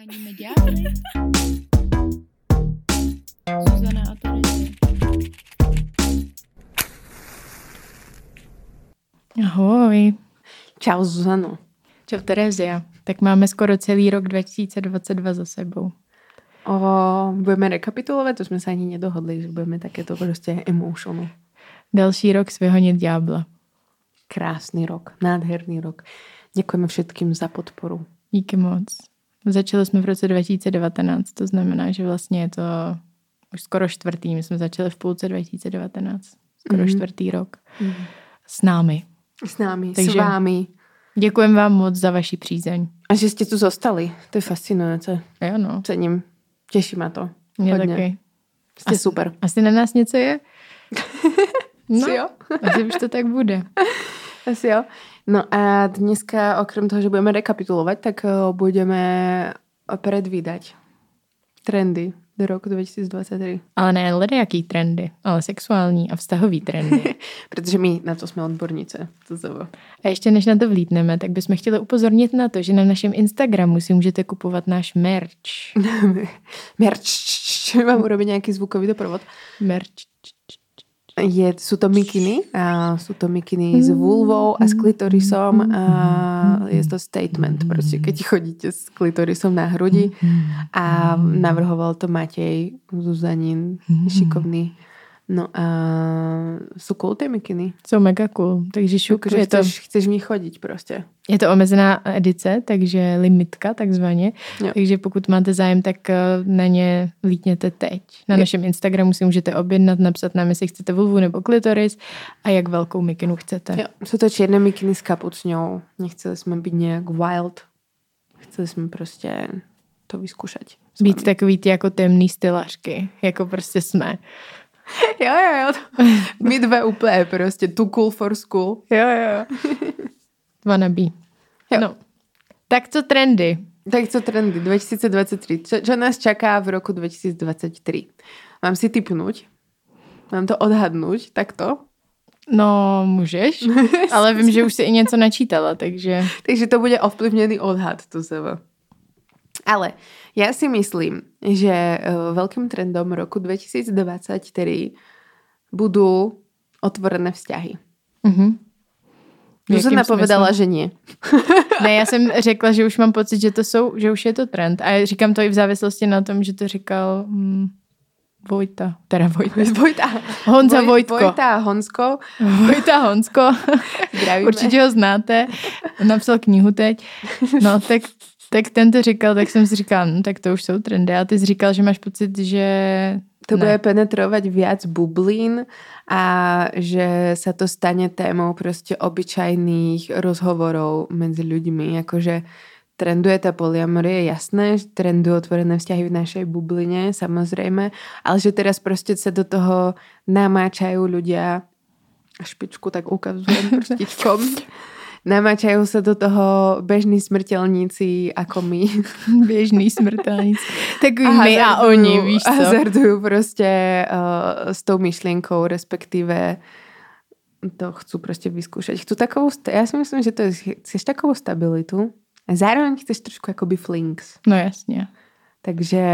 Vyháníme ďábly. Zuzana a Terezie. Ahoj. Čau Zuzano. Čau Terezia. Tak máme skoro celý rok 2022 za sebou. Budeme rekapitulovat, to jsme se ani nedohodli, že budeme takéto prostě emotional. Další rok s Vyhonit ďábla. Krásný rok, nádherný rok. Děkujeme všetkým za podporu. Díky moc. Začali jsme v roce 2019, to znamená, že vlastně je to už skoro čtvrtý. My jsme začali v půlce 2019. Skoro čtvrtý rok. S námi. S námi, takže s vámi. Děkujeme vám moc za vaši přízeň. A že jste tu zostali, to je fascinující. Jo, no. Cením, těší mě to. Mě hodně. taky. Jste super. Asi na nás něco je? No, asi jo. Asi už to tak bude. Asi jo. No a dneska, okrem toho, že budeme rekapitulovat, tak budeme predvídať trendy do roku 2023. Ale ne jaký trendy, ale sexuální a vztahový trendy. Protože my na to jsme odbornice. A ještě než na to vlítneme, tak bychom chtěli upozornit na to, že na našem Instagramu si můžete kupovat náš merch. Merch. Mám urobit nějaký zvukový doprovod. Merch. Sú to mikiny a sú to mikiny s vulvou a s klitorisom a je to statement prostě, keď chodíte s klitorisom na hrudi a navrhoval to Matej Zuzanin, šikovný. No a sú cool tie mikiny. Jsou mega cool, takže šup. Chceš v nich chodit prostě. Je to omezená edice, takže limitka takzvaně. Jo. Takže pokud máte zájem, tak na ně lítněte teď. Na našem Instagramu si můžete objednat, napsat nám, jestli chcete vulvu nebo klitoris a jak velkou mikinu chcete. Jo, jsou to černé mikiny s kapucňou. Nechceli jsme být nějak wild. Chceli jsme prostě to vyzkoušet. Být takový ty jako temný stylařky, jako prostě jsme. Jo. My dve úplně prostě too cool for school. Jo. Wannabe. Jo. No. Tak co trendy? 2023. Čo nás čaká v roku 2023? Mám si tipnúť? Mám to odhadnúť? Takto? No, můžeš. Ale vím, že už si i něco načítala, takže... Takže to bude ovplyvnený odhad tu sebe. Ale ja si myslím, že veľkým trendom roku 2023 budú otvorené vzťahy. Zuzana povedala, že nie. Ne, já jsem řekla, že už mám pocit, že už je to trend. A říkám to i v závislosti na tom, že to říkal Vojta. Honza Vojtko. Vojta Honsko. Zdravíme. Určitě ho znáte. Napsal knihu teď. No, tak ten to říkal, tak jsem si říkala, tak to už jsou trendy. A ty jsi říkal, že máš pocit, že... To bude penetrovať viac bublín a že sa to stane témou proste obyčajných rozhovorov medzi ľuďmi. Akože trenduje tá polyamorie, jasné, že trendujú otvorené vzťahy v našej bubline, samozrejme, ale že teraz proste sa do toho namáčajú ľudia, špičku tak ukazujem prstičkom, namáčajú sa do toho bežní smrteľníci ako my. Běžný smrtelníci. Takový my a oni, víš co? A hazardujú prostě s tou myšlienkou, respektíve to chcú prostě vyskúšať. Chcú takovou, ja si myslím, že to je, chceš takovou stabilitu a zároveň chceš trošku akoby flings. No jasně. Takže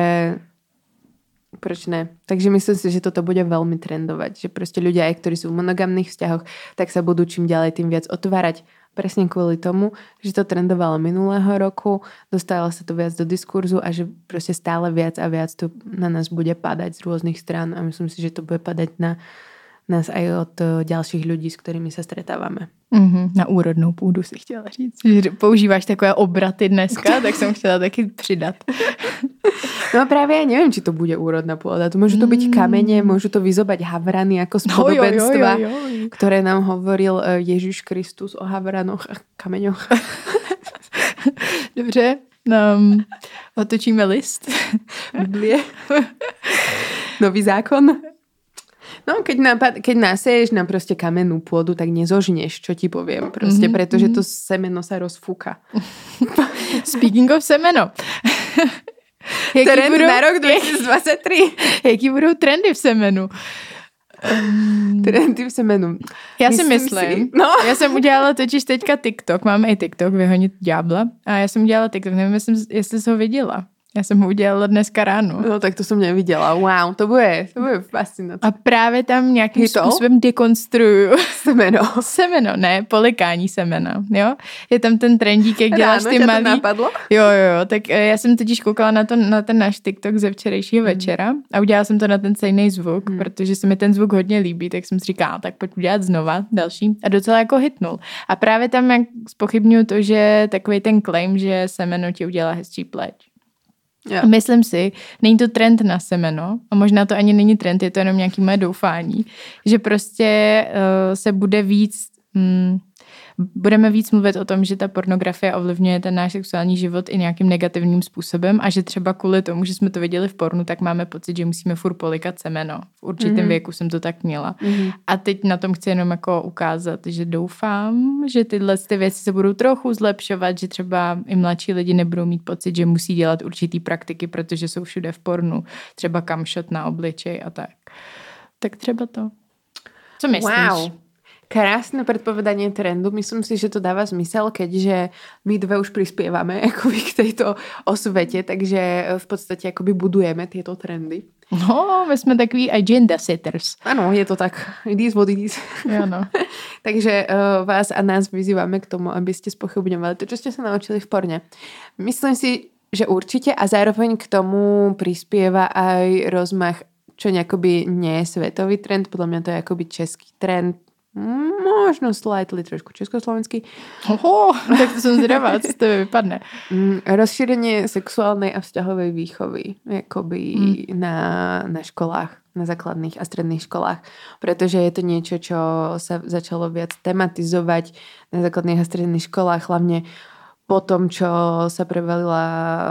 proč ne? Takže myslím si, že toto bude veľmi trendovať. Že prostě ľudia, aj ktorí sú v monogamných vzťahoch, tak sa budú čím ďalej tým viac otvárať. Presne kvôli tomu, že to trendovalo minulého roku, dostávalo sa to viac do diskurzu a že proste stále viac a viac to na nás bude padať z rôznych strán a myslím si, že to bude padať na nás aj od ďalších ľudí, s ktorými sa stretávame. Na úrodnou půdu si chtěla říct. Že používáš takové obraty dneska, tak jsem chtěla taky přidat. No právě já nevím, či to bude úrodná pôda. To môžu to byť kamene, môžu to vyzobať havrany ako z podobenstva, ktoré nám hovoril Ježiš Kristus o havranoch a kameňoch. Dobře, otočíme list. Biblie. Nový zákon. No, keď naseješ na proste kamennú pôdu, tak nezožneš, čo ti poviem. Proste, pretože to semeno sa rozfúka. Speaking of semeno. Trend na rok 2023. Jaký budou trendy v semenu? Trendy v semenu. Já si myslím. No. Já jsem udělala totiž teďka TikTok. Máme i TikTok, Vyhonit ďábla. A já jsem udělala TikTok. Nevím, jestli jsi ho viděla. Já jsem ho udělala dneska ráno. No tak to jsem neviděla. Wow, to bude fascinující. A právě tam nějakým způsobem dekonstruju. Semeno, ne, polikání semena, jo. Je tam ten trendík, jak děláš ty malý. To napadlo? Jo, tak já jsem totiž koukala na ten náš TikTok ze včerejšího večera a udělala jsem to na ten stejný zvuk, protože se mi ten zvuk hodně líbí, tak jsem si říkala, tak pojď udělat znova další a docela jako hitnul. A právě tam jak zpochybňuju to, že takový ten claim, že semeno ti udělá hezčí pleť. Yeah. Myslím si, není to trend na semeno a možná to ani není trend, je to jenom nějaký moje doufání, že prostě se budeme víc mluvit o tom, že ta pornografie ovlivňuje ten náš sexuální život i nějakým negativním způsobem a že třeba kvůli tomu, že jsme to viděli v pornu, tak máme pocit, že musíme furt polikat semeno. V určitém věku jsem to tak měla. A teď na tom chci jenom jako ukázat, že doufám, že tyhle ty věci se budou trochu zlepšovat, že třeba i mladší lidi nebudou mít pocit, že musí dělat určitý praktiky, protože jsou všude v pornu. Třeba kamšot na obličej a tak. Tak třeba to. Co myslíš? Wow. Krásne predpovedanie trendu. Myslím si, že to dáva zmysel, keďže my dve už prispievame akoby k tejto osvete, takže v podstate akoby budujeme tieto trendy. No, my sme takový agenda setters. Áno, je to tak. It is what it is. Áno. Takže vás a nás vyzývame k tomu, aby ste spochybňovali to, čo ste sa naučili v porne. Myslím si, že určite a zároveň k tomu prispieva aj rozmach, čo nejakoby nie je svetový trend. Podľa mňa to je akoby český trend. Možno slightly trošku československý. Tak to som zvedavá, co z tebe vypadne. Rozšírenie sexuálnej a vzťahovej výchovy akoby na školách, na základných a stredných školách. Pretože je to niečo, čo sa začalo viac tematizovať na základných a stredných školách, hlavne po tom, čo sa prevalila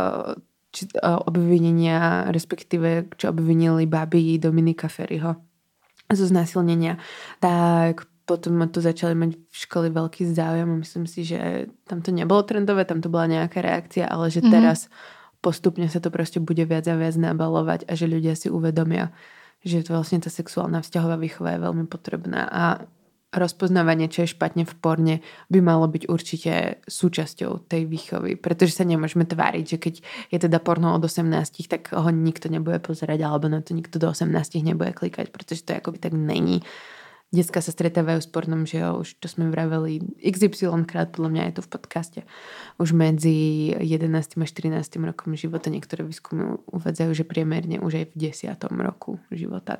obvinenia, respektíve čo obvinili babi Dominika Feriho zo znásilnenia, tak potom to začali mať v škole veľký záujem a myslím si, že tam to nebolo trendové, tam to bola nejaká reakcia, ale že teraz postupne sa to proste bude viac a viac nabalovať a že ľudia si uvedomia, že vlastne tá sexuálna vzťahová výchova je veľmi potrebná a rozpoznávanie, čo je špatne v porne, by malo byť určite súčasťou tej výchovy. Pretože sa nemôžeme tváriť, že keď je teda porno od 18, tak ho nikto nebude pozerať, alebo na to nikto do 18 nebude klikať, pretože to akoby tak není. Decka sa stretávajú s pornom, že jo, už to sme vraveli XY krát, podľa mňa je to v podcaste. Už medzi 11. a 14. rokom života niektoré výskumy uvádzajú, že priemerne už aj v 10. roku života.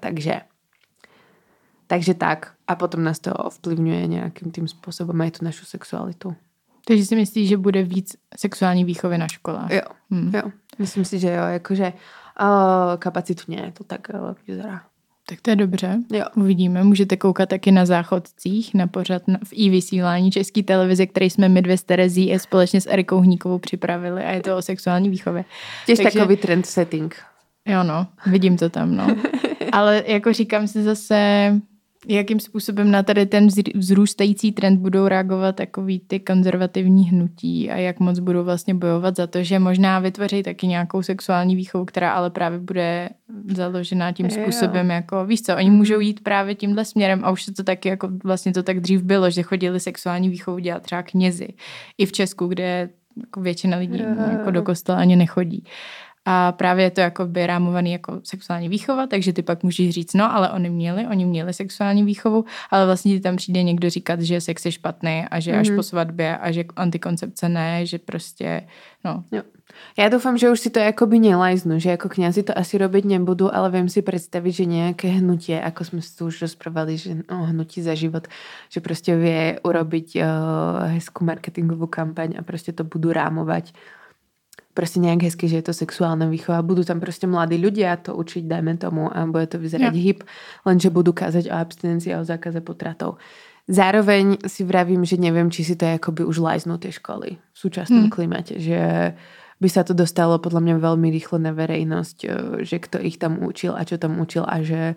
Takže tak. A potom nás to ovplyvňuje nejakým tým spôsobom aj tú našu sexualitu. Takže si myslíš, že bude víc sexuální výchovy na školách? Jo. Myslím si, že jo. Jakože kapacitu nie, to tak vyzerá. Tak to je dobře. Jo. Uvidíme. Můžete koukat taky na Záchodcích, na pořad v i-vysílání České televize, který jsme my dvě s Terezí a společně s Erikou Hníkovou připravili a je to o sexuální výchově. Těž takový trend setting. Jo no, vidím to tam, no. Ale jako říkám si zase, jakým způsobem na tady ten vzrůstající trend budou reagovat takový ty konzervativní hnutí a jak moc budou vlastně bojovat za to, že možná vytvoří taky nějakou sexuální výchovu, která ale právě bude založená tím způsobem, jako víš co, oni můžou jít právě tímhle směrem a už se to taky jako vlastně to tak dřív bylo, že chodili sexuální výchovu dělat třeba knězi. I v Česku, kde jako většina lidí jako do kostela ani nechodí. A právě je to jako rámovaný jako sexuální výchova, takže ty pak můžeš říct, no, ale oni měli sexuální výchovu, ale vlastně tam přijde někdo říkat, že sex je špatný a že až po svatbě a že antikoncepce ne, že prostě, no. Jo. Ja dúfam, že už si to akoby nelajznú, že ako kňazi to asi robiť nebudú, ale viem si predstaviť, že nejaké hnutie, ako sme si tu už rozprávali, že hnutí za život, že proste vie urobiť hezkú marketingovú kampaň a proste to budú rámovať proste nejak hezky, že je to sexuálna výchova. Budú tam proste mladí ľudia to učiť, dajme tomu, a bude to vyzerať hip, lenže budú kázať o abstinencii a o zákaze potratov. Zároveň si vravím, že neviem, či si to je akoby už lajznú tie školy v súčasnom klimate, že by sa to dostalo podľa mňa veľmi rýchlo na verejnosť, že kto ich tam učil a čo tam učil a že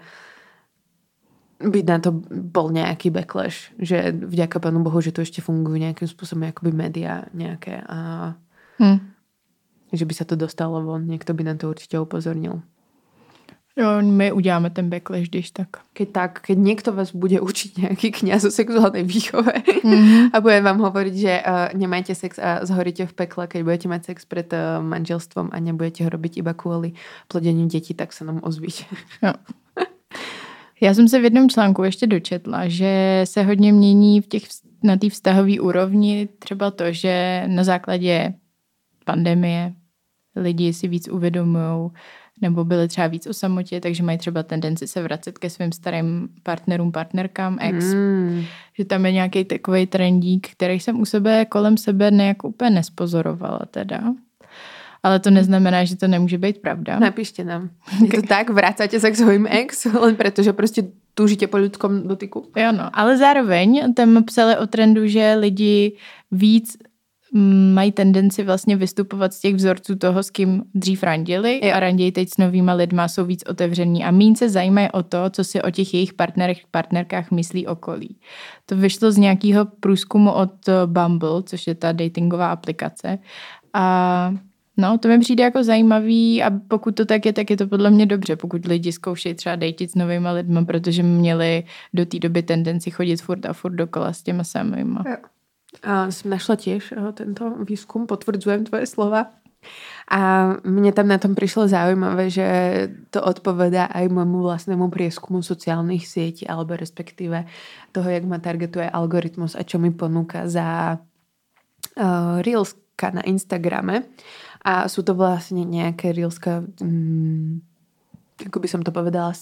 by na to bol nejaký backlash, že vďaka Pánu Bohu, že to ešte fungujú nejakým spôsobom akoby médiá nejaké a že by sa to dostalo von, niekto by na to určite upozornil. Jo, my uděláme ten backlash, když tak. Keď niekto vás bude učiť nejaký kňaz o sexuálnej výchove a bude vám hovoriť, že nemajte sex a zhoríte v pekle, keď budete mať sex pred manželstvom a nebudete ho robiť iba kvôli plodeniu detí, tak sa nám ozvíte. Jo. Já jsem se v jednom článku ještě dočetla, že se hodně mění na té vztahové úrovni třeba to, že na základě pandemie lidi si víc uvědomujou nebo byli třeba víc o samotě, takže mají třeba tendenci se vracet ke svým starým partnerům, partnerkám, ex. Že tam je nějaký takovej trendík, který jsem u sebe, kolem sebe nejak úplně nespozorovala teda. Ale to neznamená, že to nemůže být pravda. Napíšte nám. Je to tak? Vracáte se k svojim ex? Len protože prostě túžite po ľudskom dotyku? Jo, no. Ale zároveň tam psali o trendu, že lidi víc mají tendenci vlastně vystupovat z těch vzorců toho, s kým dřív randili a randějí teď s novýma lidma, jsou víc otevření a míň se zajímají o to, co si o těch jejich partnerkách myslí okolí. To vyšlo z nějakého průzkumu od Bumble, což je ta datingová aplikace. A no, to mi přijde jako zajímavý a pokud to tak je to podle mě dobře, pokud lidi zkoušejí třeba dejtit s novýma lidma, protože měli do té doby tendenci chodit furt a furt dokola s těma samýma. Jo. A som našla tiež tento výskum, potvrdzujem tvoje slova. A mne tam na tom prišlo zaujímavé, že to odpovedá aj môjmu vlastnému prieskumu sociálnych sietí, alebo respektíve toho, jak ma targetuje algoritmus a čo mi ponúka za reelska na Instagrame. A sú to vlastne nejaké reelska, ako by som to povedala,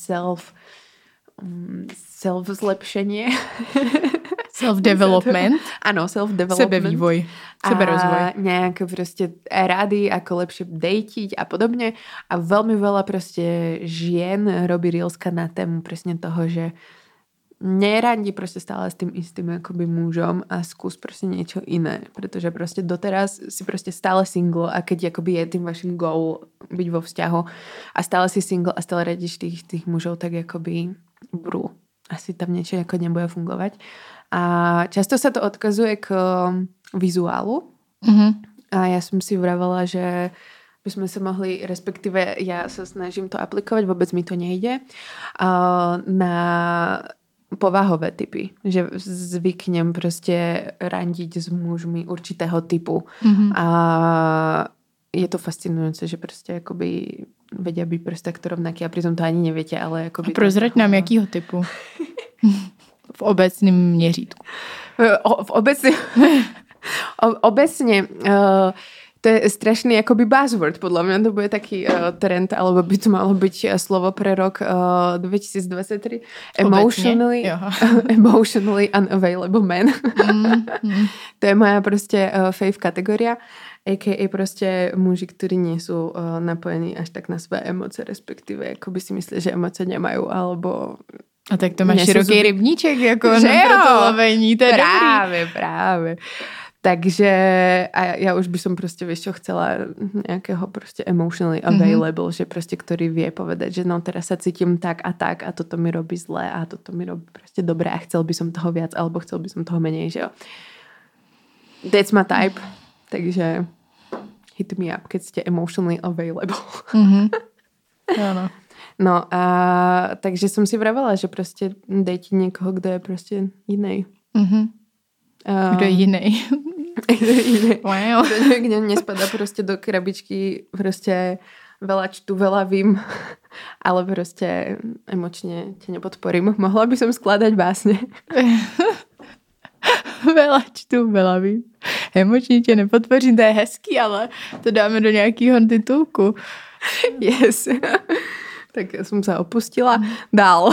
self-zlepšenie. Self-development. Áno, self-development. Sebevývoj. Seberozvoj. A nejaké proste rady, ako lepšie dejtiť a podobne. A veľmi veľa proste žien robí reelska na tému presne toho, že nerandi proste stále s tým istým akoby mužom a skús proste niečo iné. Pretože proste doteraz si proste stále single a keď akoby je tým vašim goal byť vo vzťahu a stále si single a stále radíš tých mužov, tak akoby asi tam niečo ako nebude fungovať. A často sa to odkazuje k vizuálu. A ja som si vravela, že by sme sa mohli, respektíve ja sa snažím to aplikovať, vôbec mi to nejde, na povahové typy. Že zvyknem proste randiť s mužmi určitého typu. A je to fascinujúce, že proste akoby vedia byť proste takto rovnaký a pritom to ani neviete, ale akoby... A prozrať nám, jakýho typu? V obecném měřítku. Obecne to je strašný akoby buzzword, podľa mňa to bude taký trend, alebo by to malo byť slovo pre rok 2023. Emotionally unavailable man. To je moja proste fave kategória. A.k.a. proste muži, ktorí nie sú napojení až tak na svoje emócie, respektíve ako by si myslí, že emócie nemajú, alebo... A tak to máš široký rybníček, jako na to lovení, to je Práve. Takže a ja už by som proste, vieš čo, chcela nejakého proste emotionally available, že proste, ktorý vie povedať, že no teraz sa cítim tak a toto mi robí zle a toto mi robí proste dobré a chcel by som toho viac, alebo chcel by som toho menej, že jo. That's my type. Takže hit me up, keď ste emotionally available. Áno. No a takže som si vravela, že proste dejte niekoho, kto je proste inej. Kto je inej. Wow. Kto nespadá proste do krabičky, proste veľa čtu, veľa vím, ale proste emočne ťa nepodporím. Mohla by som skladať básne. Veľa čtu, veľa vím. Emočně tě nepodpořím, to je hezký, ale to dáme do nějakého titulku. Yes. Tak jsem se opustila. Dál.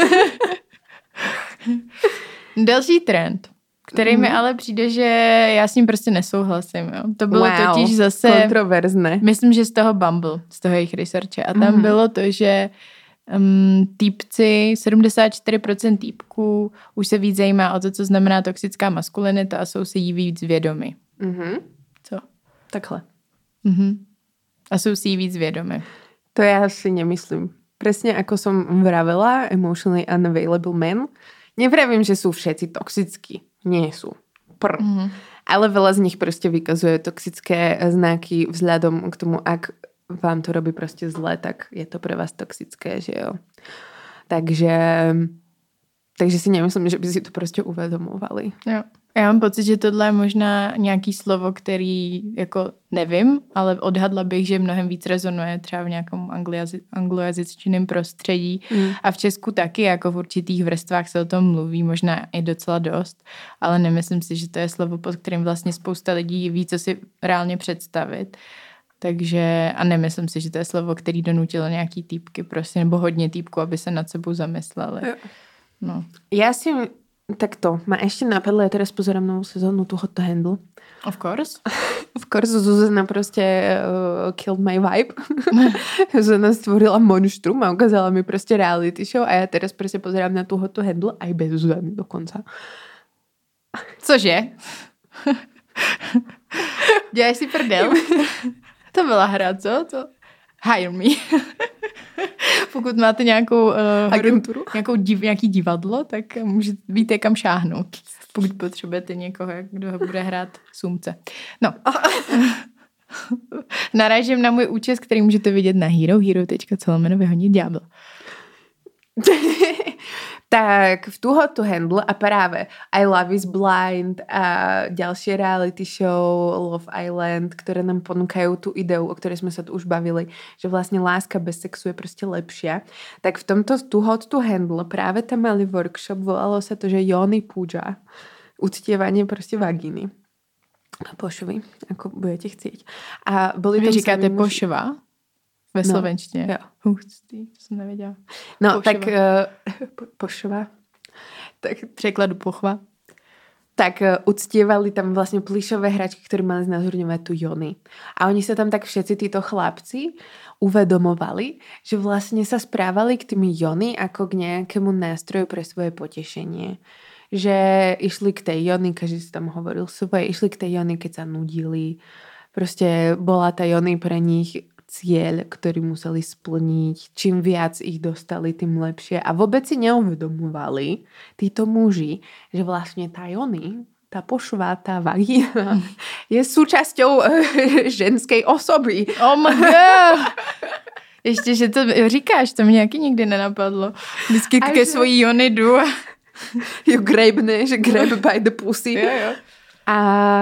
Další trend, který mi ale přijde, že já s ním prostě nesouhlasím. Jo. To bylo totiž zase... kontroverzné. Myslím, že z toho Bumble, z toho jejich researche. A tam bylo to, že týpci, 74% týpků už se víc zajímá o to, co znamená toxická maskulinita a jsou si jí víc vědomi. Co? Takhle. A jsou si jí víc vědomi. To ja si nemyslím. Presne ako som vravela, emotionally unavailable men, nevravím, že sú všetci toxickí. Nie sú. Ale veľa z nich proste vykazuje toxické znaky vzhľadom k tomu, ak vám to robí prostě zle, tak je to pre vás toxické, že jo. Takže si nemyslím, že by si to prostě uvědomovali. Jo. Já mám pocit, že tohle je možná nějaký slovo, který jako nevím, ale odhadla bych, že mnohem víc rezonuje třeba v nějakém anglojazyčném prostředí a v Česku taky, jako v určitých vrstvách se o tom mluví, možná i docela dost, ale nemyslím si, že to je slovo, pod kterým vlastně spousta lidí ví, co si reálně představit. Takže a nemyslím si, že to je slovo, který donutilo nějaký týpky prostě, nebo hodně týpků, aby se nad sebou zamysleli. No. Ja si takto, ma ešte napadlo, ja teraz pozerám novú sezónu tu Hot to Handle. Of course. Of course, Zuzana proste killed my vibe. Zuzana stvorila monštrum a ukázala mi proste reality show a ja teraz proste pozerám na tú Hot to Handle aj bez Zuzany dokonca. Cože? Děláš si prdel? To byla hra, co? To... Hire me. Pokud máte nějakou agenturu, nějaký divadlo, tak můžete být kam šáhnout. Pokud potřebujete někoho, kdo bude hrát sumce. No. Narážím na můj účest, který můžete vidět na hero.co/vyhonit ďábla. Tak v Too Hot to Handle a práve I Love is Blind a ďalšie reality show Love Island, ktoré nám ponúkajú tú ideu, o ktorej sme sa tu už bavili, že vlastne láska bez sexu je proste lepšia. Tak v tomto Too Hot to Handle práve tam mali workshop, volalo sa to, že Yoni Puja, uctievanie proste vagíny. Pošvy, ako budete chcieť. A boli tam říkáte pošva? Ve slovenštině. Jo. Hustý, to jsem nevěděla. No, pošva. Tak pošva. Tak překladu pochva. Tak uctievali tam vlastne plišové hračky, ktoré mali znázorňovať tu Yoni. A oni sa tam tak všetci títo chlapci uvedomovali, že vlastne sa správali k tým Yoni ako k nejakému nástroju pre svoje potešenie. Že išli k tej Yoni, každý si tam hovoril svoje, išli k tej Yoni, keď sa nudili. Proste bola tá Yoni pre nich cieľ, ktorý museli splniť. Čím viac ich dostali, tým lepšie. A vôbec si neuvedomovali títo muži, že vlastne tá Yoni, tá pošva, tá vagína je súčasťou ženskej osoby. Oh my god! Ještě, že to říkáš, to mě jaký nikdy nenapadlo. Vždycky ke svojí Yoni jdu. Jo grabne, že grab by the pussy. Jo. A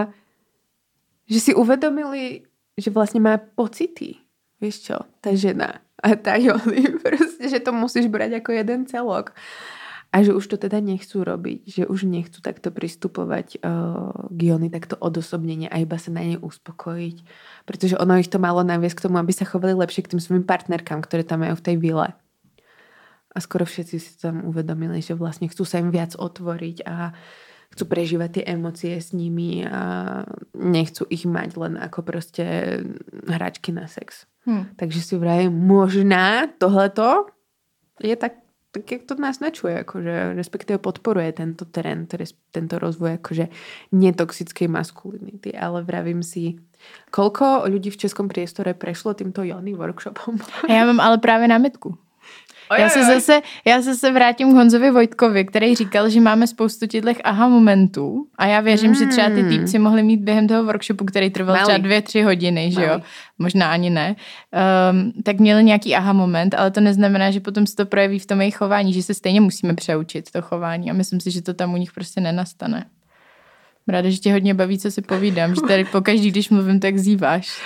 že si uvedomili, že vlastne má pocity. Vieš čo? Tá žena a tá Yoni, proste, že to musíš brať ako jeden celok. A že už to teda nechcú robiť, že už nechcú takto pristupovať k Yoni, takto odosobnenie a iba sa na nej uspokojiť. Pretože ono ich to malo naviesť k tomu, aby sa chovali lepšie k tým svojim partnerkám, ktoré tam majú v tej vile. A skoro všetci si tam uvedomili, že vlastne chcú sa im viac otvoriť a chcú prežívať tie emócie s nimi a nechcú ich mať len ako proste hračky na sex. Takže si vraj možná tohleto je tak jak to naznačuje, akože respektíve podporuje tento trend, tento rozvoj akože netoxickej maskulinity. Ale vravím si, koľko ľudí v českom priestore prešlo týmto Yoni workshopom? Já mám ale právě námitku. Já se zase vrátím k Honzovi Vojtkovi, který říkal, že máme spoustu těchto aha momentů a já věřím, že třeba ty týpci mohli mít během toho workshopu, který trval třeba 2-3 hodiny, že jo? Možná ani ne. Tak měli nějaký aha moment, ale to neznamená, že potom se to projeví v tom jejich chování, že se stejně musíme přeučit to chování a myslím si, že to tam u nich prostě nenastane. Ráda, že tě hodně baví, co si povídám, že tady pokaždý, když mluvím, tak zýváš.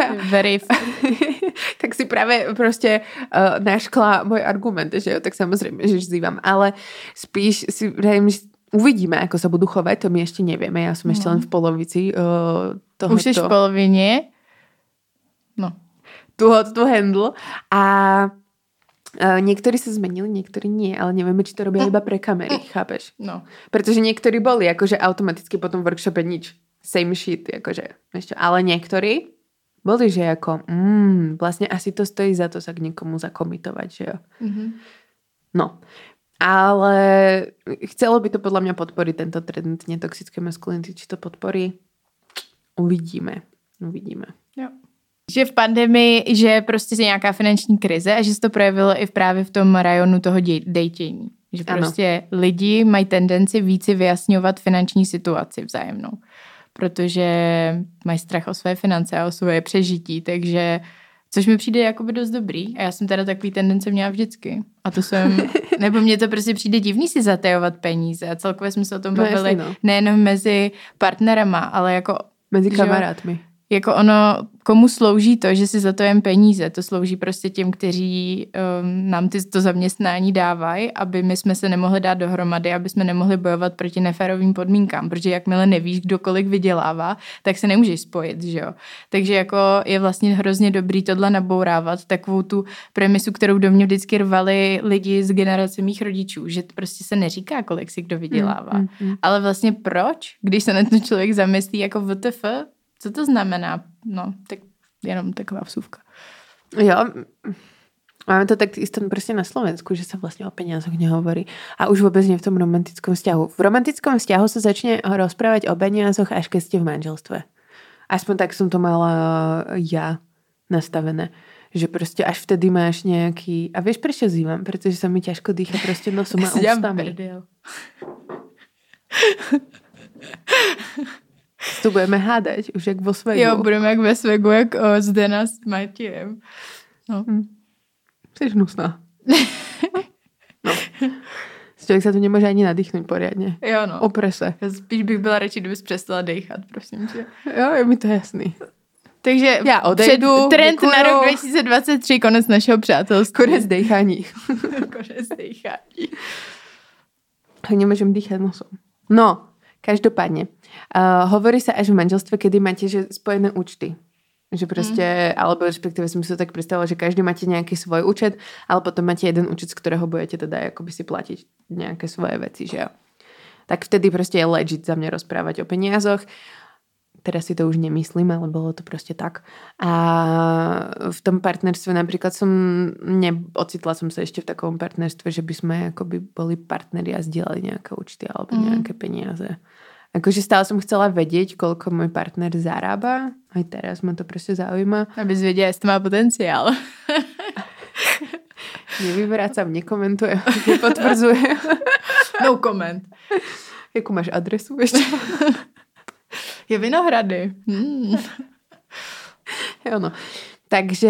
Tak si práve proste naškla môj argument, že jo, tak samozrejme, že zývam, ale spíš si uvidíme, ako sa budú chovať, to my ešte nevieme, ja som ešte len v polovici tohoto. Už jsi v polovině? No. To handle a niektorí sa zmenili, niektorí nie, ale nevieme, či to robia iba pre kamery, chápeš? No. Pretože niektorí boli, akože automaticky po tom workshope nič, same shit, akože, ešte, ale niektorí boli, že ako, vlastne asi to stojí za to sa k niekomu zakomitovať, že jo. Mm-hmm. No, ale chcelo by to podľa mňa podporiť tento trend netoxické maskulinity, či to podporí? Uvidíme. Jo. Že v pandemii, že prostě je nějaká finanční krize a že se to projevilo i právě v tom rajonu toho datingu. Že prostě lidi mají tendenci více vyjasňovat finanční situaci vzájemnou. Protože mají strach o své finance a o svoje přežití, takže Což mi přijde jakoby dost dobrý a já jsem teda takový tendence měla vždycky. A to jsem, nebo mně to prostě přijde divný si zatajovat peníze a celkově jsme se o tom bavili nejenom mezi partnerama, ale jako mezi kamarádmi. Jako ono, komu slouží to, že si za to jen peníze, to slouží prostě těm, kteří nám to zaměstnání dávají, aby my jsme se nemohli dát dohromady, aby jsme nemohli bojovat proti neférovým podmínkám, protože jakmile nevíš, kdo kolik vydělává, tak se nemůžeš spojit, že jo. Takže jako je vlastně hrozně dobrý tohle nabourávat, takovou tu premisu, kterou do mě vždycky rvali lidi z generace mých rodičů, že prostě se neříká, kolik si kdo vydělává. Ale vlastně proč, když se na ten člověk zamyslí jako WTF, co to znamená? No, tak jenom taková vsuvka. Jo, máme to tak isto prostě na Slovensku, že sa vlastne o peniazoch nehovorí. A už vôbec nie v tom romantickom vzťahu. V romantickom vzťahu sa začne rozprávať o peniazoch, až keď ste v manželstve. Aspoň tak som to mala ja nastavené. Že proste až vtedy máš nejaký... A vieš, prečo zývam? Pretože sa mi ťažko dýcha proste nosom a ústami. Tu budeme hádať, už jak vo Svegu. Jo, budeme jak ve Svegu, jak Zdena s Matějem. No. Jsi hnusná. No. Člověk se tu nemůže ani nadýchnout poriadně. Jo, no. Oprese. Já spíš bych byla radši, kdybys přestala dejchat, prosím tě. Jo, je mi to jasný. Takže já odejdu. Trend děkuju. Na rok 2023, konec našeho přátelství. Konec dejchání. Konec dejchání. Nemůžem dýchat nosom. No, každopádne. Hovorí sa až v manželstve, kedy máte že spojené účty. Že proste, alebo respektíve som si to tak predstavila, že každý máte nejaký svoj účet, ale potom máte jeden účet, z ktorého budete teda akoby si platiť nejaké svoje veci, že jo. Tak vtedy proste je legit za mňa rozprávať o peniazoch. Teraz si to už nemyslím, ale bolo to proste tak. A v tom partnerstve napríklad ocitla som sa ešte v takom partnerstve, že by sme akoby boli partneri a zdieľali nejaké účty alebo nejaké peniaze. Akože stále som chcela vedieť, koľko môj partner zarába. Aj teraz ma to proste zaujíma. Aby zvedela, jestli má potenciál. Nevyvracam, nekomentuje, nepotvrdzuje. No comment. Jakú máš adresu ešte? Je Vinohrady. Jo, no. Takže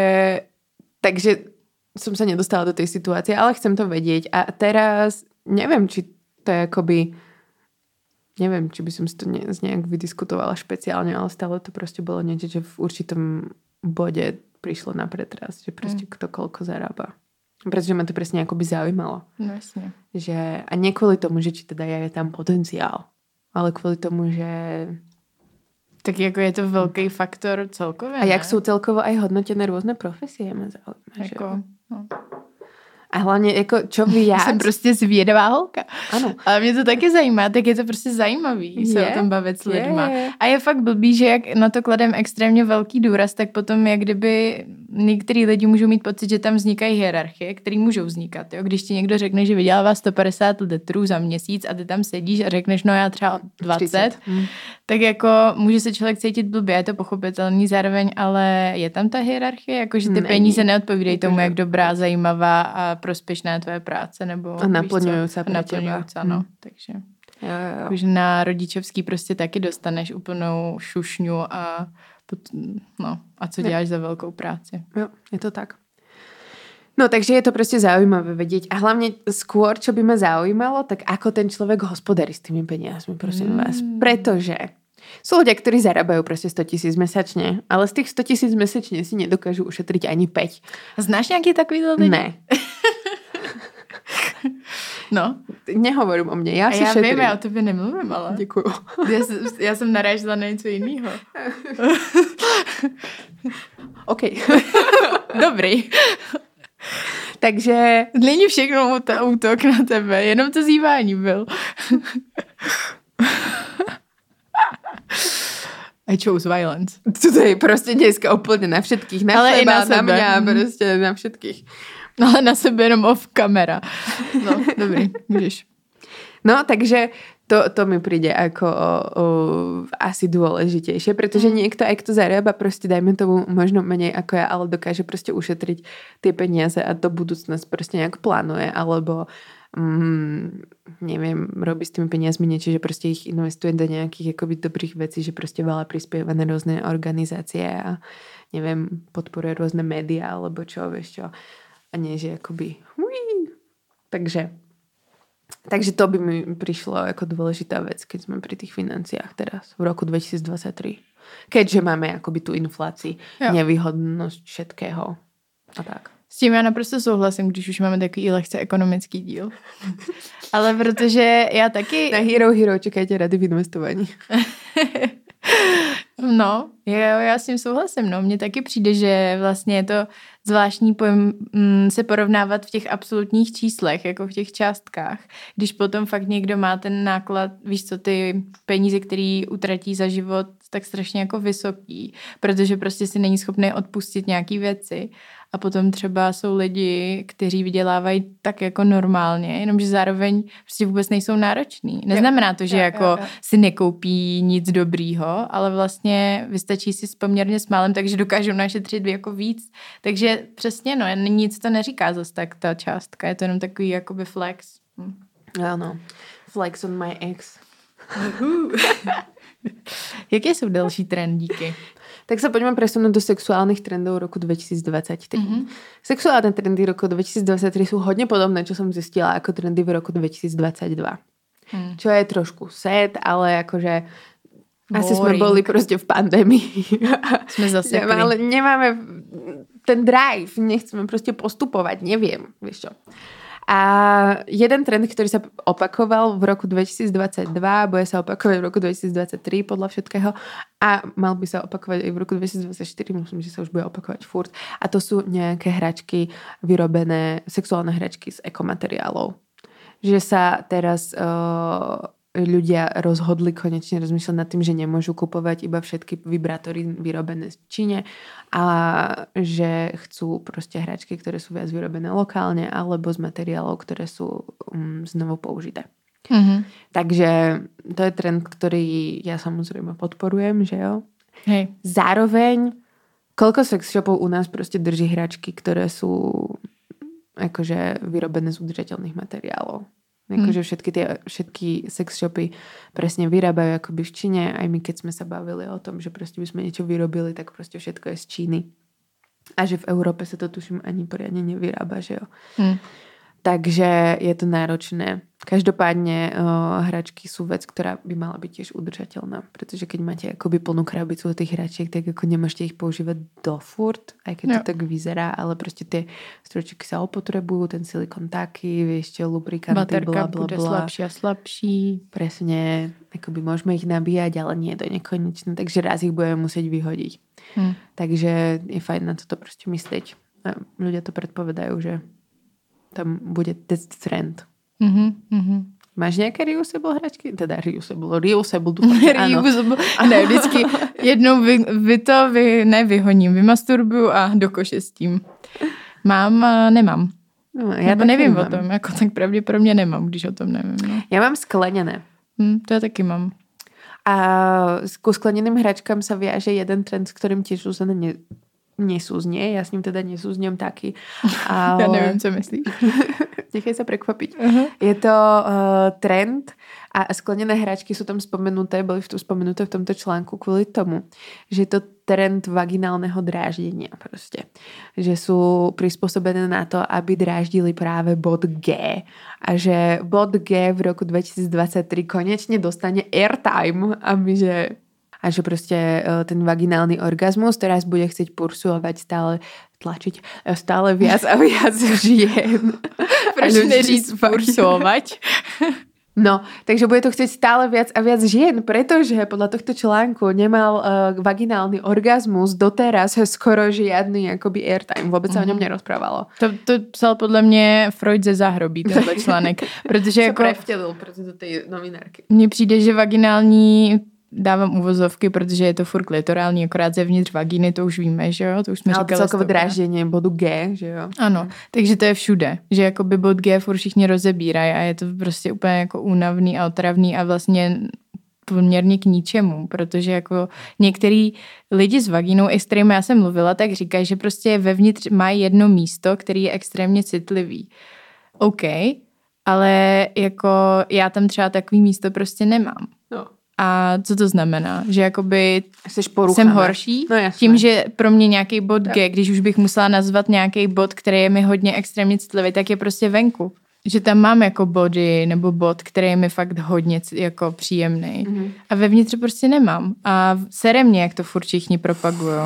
som sa nedostala do tej situácie, ale chcem to vedieť. A teraz neviem, či to je akoby... Neviem, či by som si to nejak vydiskutovala špeciálne, ale stále to proste bolo niečo, že v určitom bode prišlo na pretras, že proste kto koľko zarába. Pretože ma to presne akoby zaujímalo. No jasne. Že, a nie kvôli tomu, že či teda je tam potenciál, ale kvôli tomu, že... Tak jako je to veľký faktor celkově, a jak sú celkovo aj hodnotené rôzne profesie, ma zaujíma. Jako, no. A hlavně jako čo viac. Jsem prostě zvědavá holka. Ano. Ale mě to taky zajímá, tak je to prostě zajímavý se o tom bavit s lidma. A je fakt blbý, že jak na to kladem extrémně velký důraz, tak potom jak kdyby některý lidi můžou mít pocit, že tam vznikají hierarchie, které můžou vznikat. Jo? Když ti někdo řekne, že vydělává 150 litrů za měsíc a ty tam sedíš a řekneš, no já třeba 20, tak jako může se člověk cítit blbě, je to pochopitelný zároveň, ale je tam ta hierarchie, jakože ty peníze neodpovídají tomu, jak dobrá, zajímavá a prospěšná tvoje práce, nebo a naplňujúca pre teba. No, takže jakože na rodičovský prostě taky dostaneš úplnou šušňu a co děláš za velkou práci. Jo, je to tak. No, takže je to prostě zaujímavé vedieť. A hlavne skôr, čo by ma zaujímalo, tak ako ten človek hospodarí s tými peniazmi, prosím vás. Pretože sú ľudia, ktorí zarábajú proste 100 000 mesačne, ale z tých 100 000 mesačne si nedokážu ušetriť ani 5. Znáš nějaký takový lidi? Ne. No. Nehovorím o mne, ja si šetrím. Já vím, já o tobě nemluvím, ale... Děkuju. Já jsem narážela na něco jiného. OK. Dobrý. Takže... Není všechno útok na tebe, jenom to zývání byl. I chose violence. To je prostě dneska úplně na všetkých. Na ale seba, i na sebe. Na mě, prostě na všetkých. Ale na sebe jenom off kamera. No, dobrý, můžeš. No, takže to mi príde ako asi dôležitejšie, pretože niekto, aj kto zarába, proste dajme tomu možno menej ako ja, ale dokáže proste ušetriť tie peniaze a do budúcnosti proste nejak plánuje, alebo neviem, robí s tými peniazmi niečo, že proste ich investuje do nejakých akoby dobrých vecí, že proste veľa prispieva na rôzne organizácie a neviem, podporuje rôzne médiá alebo čo, vieš čo. A nie, že akoby Takže to by mi prišlo ako dôležitá vec, keď sme pri tých financiách teraz v roku 2023. Keďže máme akoby tú inflácii, nevýhodnosť všetkého a tak. S tím já naprosto souhlasím, když už máme takový lehce ekonomický díl. Ale protože já taky... Na Hero čekajte rady v investovaní. No, já s tím souhlasím. No. Mně taky přijde, že vlastně je to zvláštní pojem se porovnávat v těch absolutních číslech, jako v těch částkách. Když potom fakt někdo má ten náklad, víš co, ty peníze, který utratí za život, tak strašně jako vysoký, protože prostě si není schopný odpustit nějaký věci. A potom třeba jsou lidi, kteří vydělávají tak jako normálně, jenomže zároveň prostě vůbec nejsou nároční. Neznamená to, že si nekoupí nic dobrýho, ale vlastně vystačí si s poměrně s málem, takže dokážou našetřit jako víc. Takže přesně, no, nic to neříká zase tak ta částka, je to jenom takový jakoby flex. Ano, flex on my ex. Jaké jsou další trendíky? Tak sa poďme presunúť do sexuálnych trendov roku 2023. Sexuálne trendy roku 2023 sú hodne podobné, čo som zistila, ako trendy v roku 2022. Čo je trošku sad, ale akože asi sme boli proste v pandémii. Sme zasekli. Ale nemáme ten drive, nechceme proste postupovať, neviem, vieš čo. A jeden trend, ktorý sa opakoval v roku 2022, bude sa opakovať v roku 2023 podľa všetkého a mal by sa opakovať aj v roku 2024, myslím, že sa už bude opakovať furt. A to sú nejaké hračky vyrobené, sexuálne hračky z ekomateriálov. Že sa teraz ľudia rozhodli konečne rozmýšľať nad tým, že nemôžu kupovať iba všetky vibrátory vyrobené v Číne a že chcú proste hračky, ktoré sú viac vyrobené lokálne alebo z materiálov, ktoré sú znovu použité. Takže to je trend, ktorý ja samozrejme podporujem, že jo. Hej. Zároveň koľko sex shopov u nás proste drží hračky, ktoré sú akože vyrobené z udržateľných materiálov. Akože všetky sex shopy presne vyrábajú akoby v Číne. Aj my, keď sme sa bavili o tom, že proste by sme niečo vyrobili, tak proste všetko je z Číny. A že v Európe sa to tuším ani poriadne nevyrába, že jo. Takže je to náročné. Každopádne hračky sú vec, ktorá by mala byť tiež udržateľná. Pretože keď máte akoby plnú krabicu tých hračiek, tak ako nemôžete ich používať do furt, aj keď to tak vyzerá, ale proste tie stročiky sa opotrebujú, ten silikon taký, vieš čo, lubrikanty, baterka bude slabší a slabší. Presne, akoby môžeme ich nabíjať, ale nie je to nekonečné, takže raz ich budeme musieť vyhodiť. Takže je fajn na toto proste myslieť. A ľudia to predpovedajú, že tam bude trend. Máš nejaké reusable hračky? Teda reusable dúfam, áno. Ne, vždycky jednou nevyhoním, vymasturbuju a do koše s tím. Mám a nemám. No, já nevím o tom, jako tak pravděpodobně nemám, když o tom nevím. No. Já mám skleněné. To já taky mám. A ku skleněným hračkám sa viaže jeden trend, s ktorým tiež Zuzana nesúznie. Ja s ním teda nesúznem taký. Ale... Ja neviem, co myslíš. Nechaj sa prekvapiť. Je to trend a sklenené hračky sú tam spomenuté, boli tu spomenuté v tomto článku kvôli tomu, že je to trend vaginálneho dráždenia proste. Že sú prispôsobené na to, aby dráždili práve bod G. A že bod G v roku 2023 konečne dostane airtime, a že proste ten vaginálny orgazmus teraz bude chcieť pursuovať stále viac a viac žien. Proč neříct pursuovať? No, takže bude to chcieť stále viac a viac žien, pretože podľa tohto článku nemal vaginálny orgazmus doteraz skoro žiadny akoby airtime. Vôbec sa o ňom nerozprávalo. To psal podľa mňa Freud ze záhrobí, tenhle článek. Protože jako prevtelil do tej novinárky. Mně přijde, že vaginální dávám uvozovky, protože je to furt klitorální, akorát zevnitř vagíny, to už víme, že jo? To už jsme říkali. Celkové dráždění bodu G, že jo? Ano, takže to je všude, že jakoby bod G furt všichni rozebírají a je to prostě úplně jako únavný a otravný a vlastně poměrně k ničemu, protože jako některý lidi s vagínou, s kterými já jsem mluvila, tak říkají, že prostě vevnitř mají jedno místo, který je extrémně citlivý. OK, Ale jako já tam třeba takový místo prostě nemám. No. A co to znamená? Že jakoby jsem horší? No, tím, že pro mě nějaký bod G, když už bych musela nazvat nějaký bod, který je mi hodně extrémně citlivý, tak je prostě venku. Že tam mám jako body nebo bod, který je mi fakt hodně jako příjemný. Mm-hmm. A vevnitř prostě nemám. A sere mě, jak to furt všichni propagujou.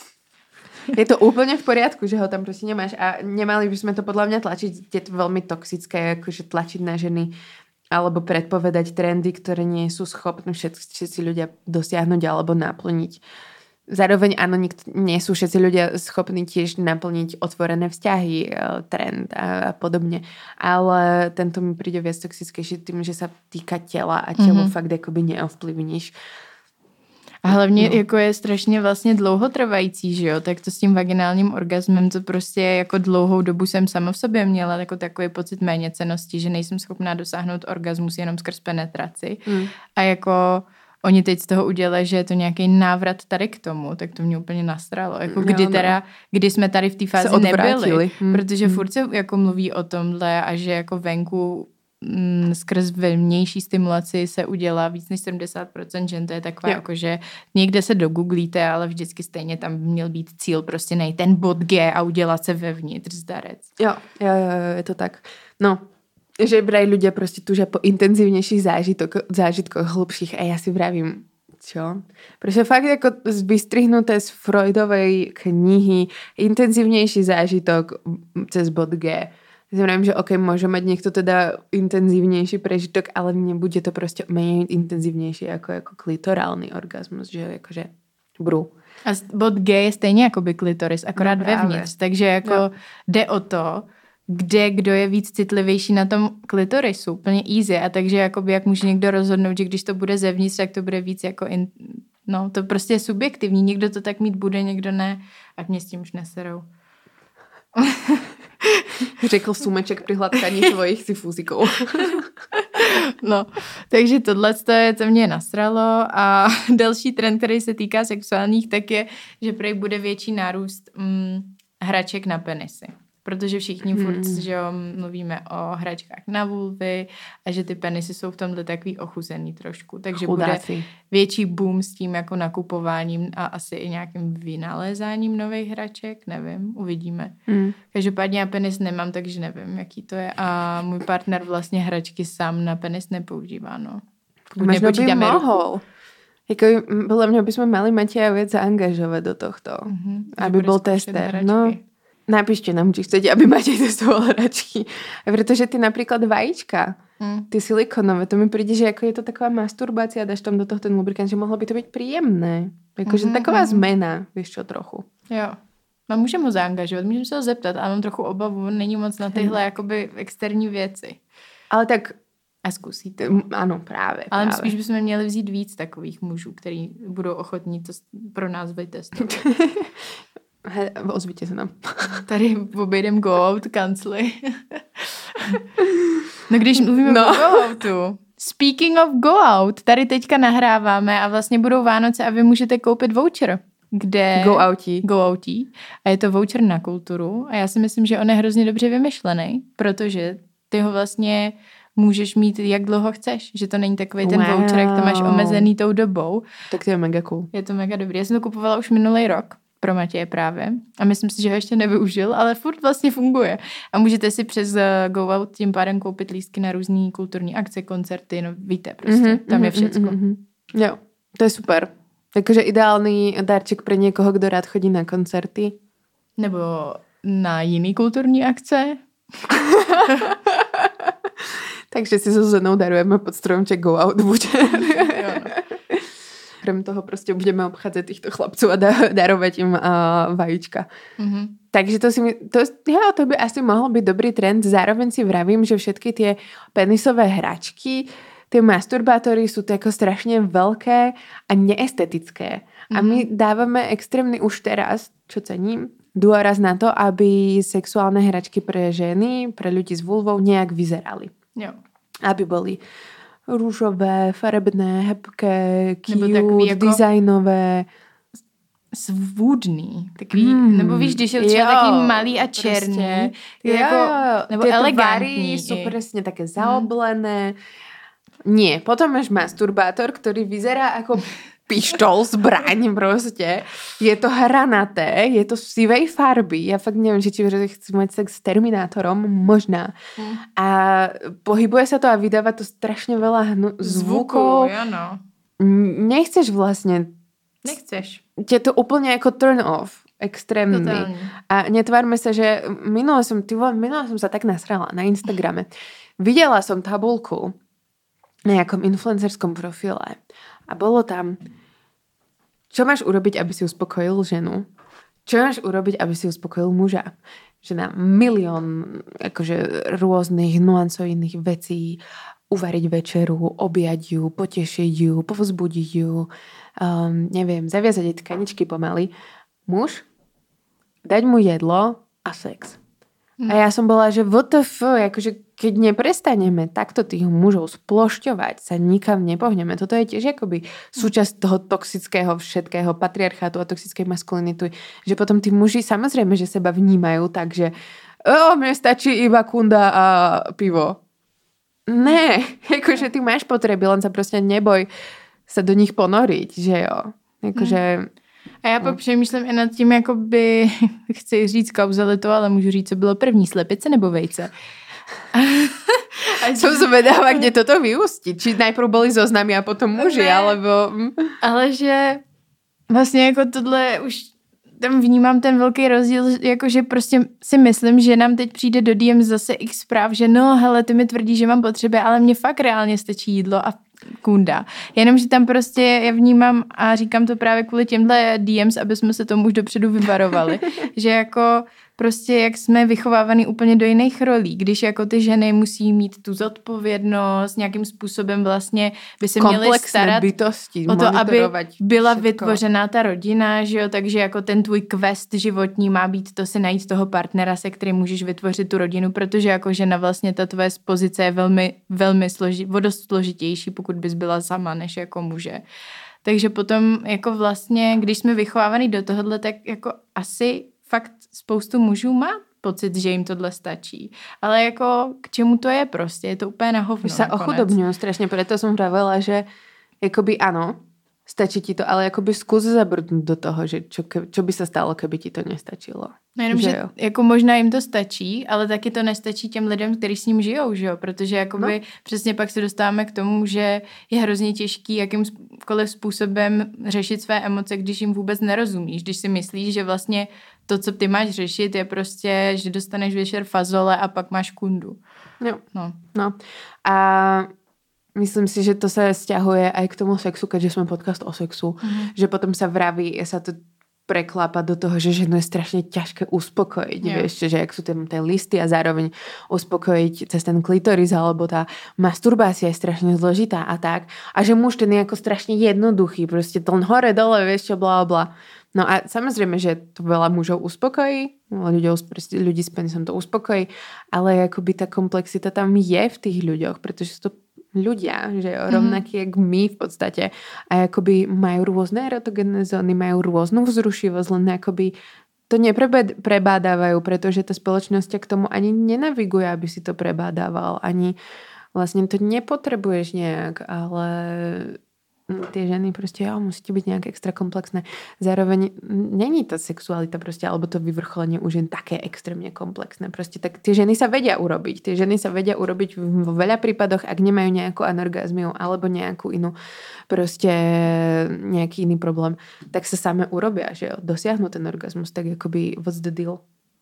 Je to úplne v poriadku, že ho tam proste nemáš a nemali by sme to podľa mňa tlačiť, je to veľmi toxické, akože tlačiť na ženy alebo predpovedať trendy, ktoré nie sú schopní všetci ľudia dosiahnuť alebo naplniť. Zároveň áno, nie sú všetci ľudia schopní tiež naplniť otvorené vzťahy, trend a podobne. Ale tento mi príde viac toxickejší tým, že sa týka tela a telo fakt akoby neovplyvníš. A hlavně jako je strašně vlastně dlouhotrvající, že jo, tak to s tím vaginálním orgasmem, to prostě jako dlouhou dobu jsem sama v sobě měla jako takový pocit méněcennosti, že nejsem schopná dosáhnout orgasmus jenom skrz penetraci. A jako oni teď z toho udělali, že je to nějaký návrat tady k tomu, tak to mě úplně nastralo. Jako kdy jsme tady v té fázi nebyli, protože furt se jako mluví o tomhle a že jako venku skrz vnější stimulaci se udělá víc než 70% žen, to je taková jako, že někde se dogooglíte, ale vždycky stejně tam měl být cíl prostě najít ten bod G a udělat se vevnitř zdarec. Jo, je to tak. No, že braj ľudia prostě tužia po intenzívnejších zážitkoch hlubších a ja si vravím, čo? Proste fakt jako vystrihnuté z Freudovej knihy intenzívnejší zážitok cez bod G. Znamenám, že ok, môže mať niekto teda intenzívnejší prežitok, ale nebude to proste menej intenzívnejší ako klitorálny orgasmus, že akože brú. A bod G je stejně jako by klitoris, akorát vevnitř, takže jako jde o to, kdo je víc citlivější na tom klitorisu, úplně easy, a takže jakoby jak může někdo rozhodnout, že když to bude zevnitř, tak to bude víc jako no, to prostě je subjektivní, někdo to tak mít bude, někdo ne, ať mě s tím už neserou. Řekl Sumeček pri hladkaní svojich syfúzikov. No, takže tohle to mě nasralo a další trend, který se týká sexuálních, tak je, že prej bude větší nárůst hraček na penisy. Protože všichni furt, že jo, mluvíme o hračkách na vulvy a že ty penisy jsou v tomhle takový ochuzený trošku. Takže chudáci. Bude větší boom s tím jako nakupováním a asi i nějakým vynalézáním nových hraček, nevím, uvidíme. Každopádně já penis nemám, takže nevím, jaký to je. A můj partner vlastně hračky sám na penis nepoužívá, no. Možno by mohol. Jako, podľa mňa by sme mali Mateja viac zaangažovať do tohto, aby bol tester. No. Napíšte nám, či chcete, aby Matej testoval hračky. Pretože ty napríklad vajíčka, ty silikonové, to mi príde, že ako je to taková masturbácia, dáš tam do toho ten lubrikant, že mohlo by to byť príjemné. Jakože taková zmena, vieš čo, trochu. Jo. No můžeme ho zaangažovat, můžeme se ho zeptat, ale mám trochu obavu, není moc na tyhle jakoby externí věci. Ale tak a zkusíte. Ano, právě. Ale spíš bychom měli vzít víc takových mužů, kteří budou ochotní to pro nás vytestovat. Ozvíte se nám. Tady obejdem go out kancli. No když mluvíme o go outu. Speaking of go out, tady teďka nahráváme a vlastně budou Vánoce a vy můžete koupit voucher. Kde Go outí. A je to voucher na kulturu a já si myslím, že on je hrozně dobře vymyšlený, protože ty ho vlastně můžeš mít jak dlouho chceš, že to není takový ten voucher, jak to máš omezený tou dobou. Tak to je mega cool. Je to mega dobrý. Já jsem to kupovala už minulý rok pro Matěje právě a myslím si, že ho ještě nevyužil, ale furt vlastně funguje. A můžete si přes Go Out tím pádem koupit lístky na různý kulturní akce, koncerty, no víte prostě, tam je všecko. Jo, to je super. Takže ideální dárček pro někoho, kdo rád chodí na koncerty. Nebo na jiný kulturní akce. Takže si so Zenou darujeme pod stromček Go Out voucher. Krem toho prostě budeme obcházet těchto chlapců a darovat jim vajíčka. Takže to by asi mohl být dobrý trend. Zároveň si vravím, že všetky tie penisové hračky, tie masturbátory sú to jako strašně velké a neestetické. A my dávame extrémny už teraz, čo cením, dôraz na to, aby sexuálne hračky pre ženy, pre ľudí s vulvou nejak vyzerali. Jo. Aby boli rúžové, farebné, hebké, cute, jako designové. svůdný. Takový, nebo víš, když je třeba taký malý a černý. Prostě, nebo elegantní. Sú presne také zaoblené. Nie, potom máš masturbátor, ktorý vyzerá ako pištol, zbraň proste. Je to hranaté, je to z sivej farby. Ja fakt neviem, či chcem mať sex s Terminátorom, možná. A pohybuje sa to a vydáva to strašne veľa zvukov. Áno. Nechceš vlastne. Nechceš. Je to úplne ako turn off. Extrémny. Totálne. A netvárme sa, že minule som sa tak nasrala na Instagrame. Videla som tabuľku na nejakom influencerskom profile a bolo tam, čo máš urobiť, aby si uspokojil ženu? Čo máš urobiť, aby si uspokojil muža? Že na milión akože rôznych nuancových vecí, uvariť večeru, objať ju, potešiť ju, povzbudiť ju, neviem, zaviazať jej tkaničky pomaly. Muž, dať mu jedlo a sex. A ja som bola, že WTF, akože keď neprestaneme takto tých mužov splošťovať, sa nikam nepohneme. Toto je tiež akoby súčasť toho toxického všetkého patriarchátu a toxickej maskulinity, že potom tí muži samozrejme, že seba vnímajú tak, že mne stačí iba kunda a pivo. Ne, akože ty máš potreby, len sa proste neboj sa do nich ponoriť, že jo. Akože... A já popřemýšlím i nad tím, jakoby, chci říct kauzalitu, ale můžu říct, co bylo první, slepice nebo vejce. Som zvedavá, kde toto vyústi. Či najprv boli zoznamy a potom muži, alebo... Ale že vlastně jako tohle už tam vnímám ten velký rozdíl, jakože prostě si myslím, že nám teď přijde do DM zase x zpráv, že no, hele, ty mi tvrdí, že mám potřeby, ale mně fakt reálně stačí jídlo a kunda. Jenomže tam prostě já vnímám a říkám to právě kvůli těmhle DMs, aby jsme se tomu už dopředu vyvarovali, že jako prostě jak jsme vychovávaný úplně do jiných rolí, když jako ty ženy musí mít tu zodpovědnost, nějakým způsobem vlastně by se měly starat bytosti, o to, aby byla všetko. vytvořená ta rodina, že jo, takže jako ten tvůj quest životní má být to si najít toho partnera, se kterým můžeš vytvořit tu rodinu, protože jako žena vlastně ta tvoje pozice je velmi, velmi dost složitější, pokud bys byla sama, než jako muže. Takže potom jako vlastně, když jsme vychovávaný do tohohle, tak jako asi fakt spoustu mužů má pocit, že jim tohle stačí. Ale jako k čemu to je prostě? Je to úplně na hovno. Už sa ochudobňujú strašne, preto som vravela, že jakoby áno, stačí ti to, ale jakoby skús zabrnúť do toho, že čo by sa stalo, keby ti to nestačilo. No jenom, že jako možná jim to stačí, ale taky to nestačí těm lidem, kteří s ním žijou, že jo? Protože jakoby přesně pak se dostáváme k tomu, že je hrozně těžký jakýmkoliv způsobem řešit své emoce, když jim vůbec nerozumíš. Když si myslíš, že vlastně to, co ty máš řešit, je prostě, že dostaneš večer fazole a pak máš kundu. Jo. No. A myslím si, že to sa sťahuje aj k tomu sexu, keďže sme podcast o sexu, že potom sa vraví, sa to preklápa do toho, že ženu je strašne ťažké uspokojiť. Vieš, že ak sú tam tie listy a zároveň uspokojiť cez ten klitoris, alebo tá masturbácia je strašne zložitá a tak. A že muž ten je ako strašne jednoduchý, proste to hore, dole, vieš čo, bla, bla. No a samozrejme, že to veľa mužov uspokojí, ľudí s penisom to uspokojí, ale akoby tá komplexita tam je v tých ľuďoch, pretože sú to ľudia, že rovnakí jak my v podstate a akoby majú rôzne erotogenné zóny, majú rôznu vzrušivosť, len akoby to neprebádávajú, pretože tá spoločnosť k tomu ani nenaviguje, aby si to prebádával, ani vlastne to nepotrebuješ nejak, ale tie ženy proste, musíte byť nejak extra komplexné. Zároveň není tá sexualita proste, alebo to vyvrcholenie už je také extrémne komplexné. Proste tak tie ženy sa vedia urobiť. Tie ženy sa vedia urobiť vo veľa prípadoch, ak nemajú nejakú anorgazmiu alebo nejakú inú proste nejaký iný problém, tak sa same urobia, že dosiahnu ten orgazmus, tak akoby what's the deal?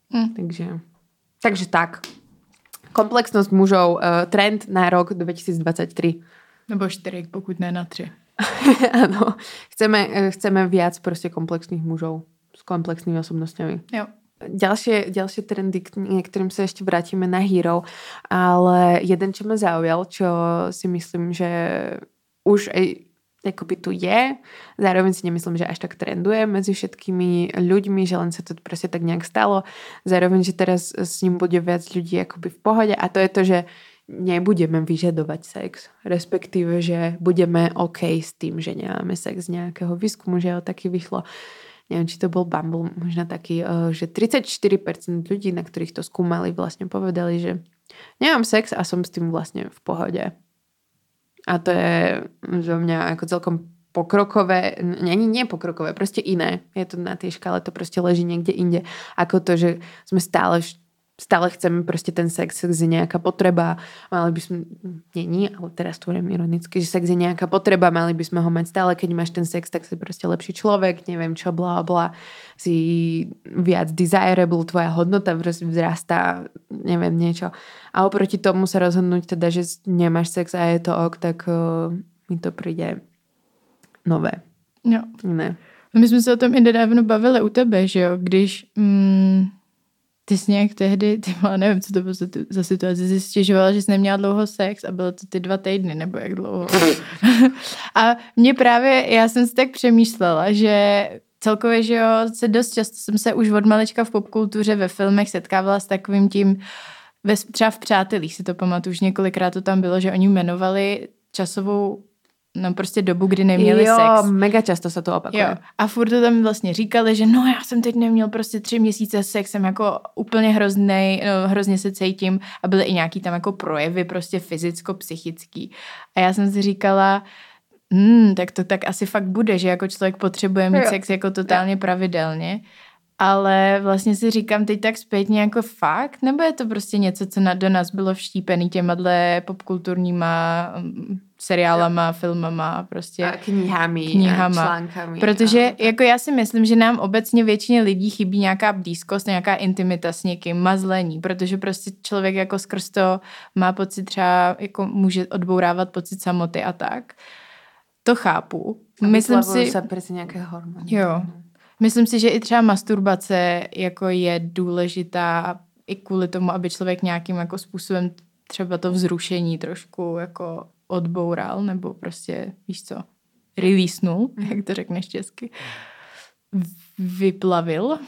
Takže tak. Komplexnosť mužov, trend na rok 2023. Nebo 4, pokud ne na 3. Áno, chceme viac proste komplexných mužov s komplexnými osobnostiami. Jo. Ďalšie trendy, k niektorým sa ešte vrátime na Hero, ale jeden, čo ma zaujal, čo si myslím, že už aj akoby tu je, zároveň si nemyslím, že až tak trenduje medzi všetkými ľuďmi, že len sa to proste tak nejak stalo, zároveň, že teraz s ním bude viac ľudí akoby v pohode a to je to, že nebudeme vyžadovať sex. Respektíve, že budeme OK s tým, že nemáme sex z nejakého výskumu, že taký vyšlo. neviem, či to bol Bumble, možno taký, že 34% ľudí, na ktorých to skúmali, vlastne povedali, že nemám sex a som s tým vlastne v pohode. A to je za mňa ako celkom pokrokové, nie pokrokové, proste iné. Je to na tej škále, to proste leží niekde inde. Ako to, že sme stále chceme proste ten sex je nejaká potreba, mali by sme, nie, ale teraz to hovorím ironicky, že sex je nejaká potreba, mali by sme ho mať stále, keď máš ten sex, tak si proste lepší človek, neviem čo, bla bla, si viac desirable, tvoja hodnota proste vzrastá, neviem niečo. A oproti tomu sa rozhodnúť teda, že nemáš sex a je to ok, tak mi to príde nové. Jo. Ne. My jsme se o tom i nedávno bavili u tebe, že jo, když ty jsi nějak tehdy, nevím, co to bylo za situaci, jsi stěžovala, že jsi neměla dlouho sex a bylo to ty 2 týdny, nebo jak dlouho. A mě právě, já jsem si tak přemýšlela, že celkově, že jo, se dost často jsem se už od malička v popkultuře ve filmech setkávala s takovým tím, třeba v Přátelích si to pamatuju, už několikrát to tam bylo, že oni jmenovali časovou prostě dobu, kdy neměli sex. Jo, mega často se to opakuje. Jo. A furt to tam vlastně říkali, že já jsem teď neměl prostě 3 měsíce sex, jsem jako úplně hroznej, hrozně se cítím a byly i nějaký tam jako projevy prostě fyzicko-psychický. A já jsem si říkala, tak to tak asi fakt bude, že jako člověk potřebuje mít sex jako totálně pravidelně. Ale vlastně si říkám teď tak zpětně jako fakt, nebo je to prostě něco, co do nás bylo vštípený těmadle popkulturníma seriálama, filmama, prostě a knihami a článkami. Protože jako já si myslím, že nám obecně většině lidí chybí nějaká blízkost, nějaká intimita s někým, mazlení, protože prostě člověk jako skrz to má pocit třeba, jako může odbourávat pocit samoty a tak. To chápu. Myslím si, se přes nějaké hormony. Jo. Myslím si, že i třeba masturbace jako je důležitá i kvůli tomu, aby člověk nějakým jako způsobem třeba to vzrušení trošku jako odboural nebo prostě, víš co, releasenul, jak to řekneš česky, vyplavil.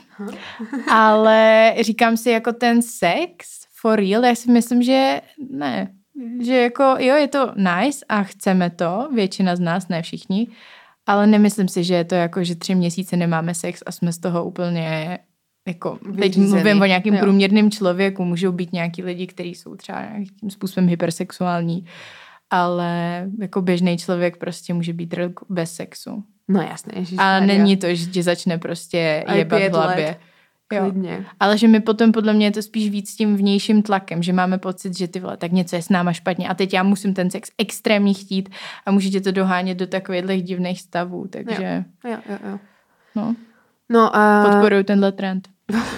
Ale říkám si jako ten sex for real, já si myslím, že ne. Že jako jo, je to nice a chceme to, většina z nás, ne všichni, ale nemyslím si, že je to jako, že 3 měsíce nemáme sex a jsme z toho úplně jako, teď mluvím o nějakým průměrným člověku, můžou být nějaký lidi, kteří jsou třeba nějakým způsobem hypersexuální, ale jako běžný člověk prostě může být bez sexu. No jasné. A není to, že tě začne prostě jebat v hlavě. Klidně. Ale že my potom podle mě je to spíš víc tím vnějším tlakem, že máme pocit, že ty vole, tak něco je s náma špatně a teď já musím ten sex extrémně chtít a můžete to dohánět do takových divných stavů, takže Jo. No a podporuju tenhle trend.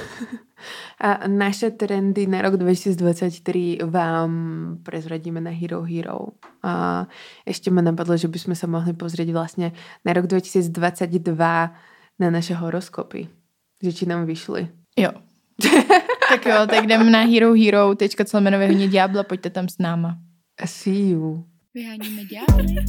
A naše trendy na rok 2023 vám prezradíme na Hero Hero. A ešte ma napadlo, že by sme sa mohli pozrieť vlastne na rok 2022 na naše horoskopy. Že či nám vyšli. Jo. Tak jo, tak jdeme na herohero.co/vyhání ďábla, pojďte tam s náma. See you. Vyháníme ďábly.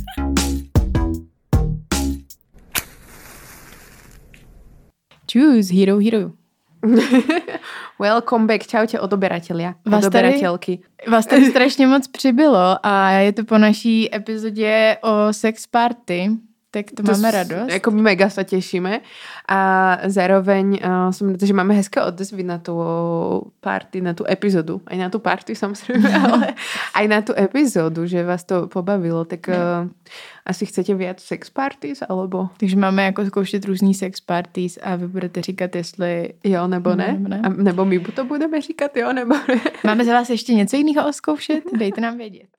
Čus, Hero Hero. Welcome back, čaute odoberatelia, odoberateľky. Vás tady strašně moc přibylo a je to po naší epizodě o sex party. Tak to máme radost. Jako mega sa tešíme a zároveň som ráda, že máme hezké odezvy na tú party, na tú epizódu. Aj na tú party samozrejme, ale aj na tú epizódu, že vás to pobavilo. Tak asi chcete viac sex parties, alebo? Takže máme jako zkoušet různý sex parties a vy budete říkat, jestli jo nebo ne. A nebo my to budeme říkat jo nebo ne. Máme za vás ještě něco jiného oskoušet? Dejte nám vědět.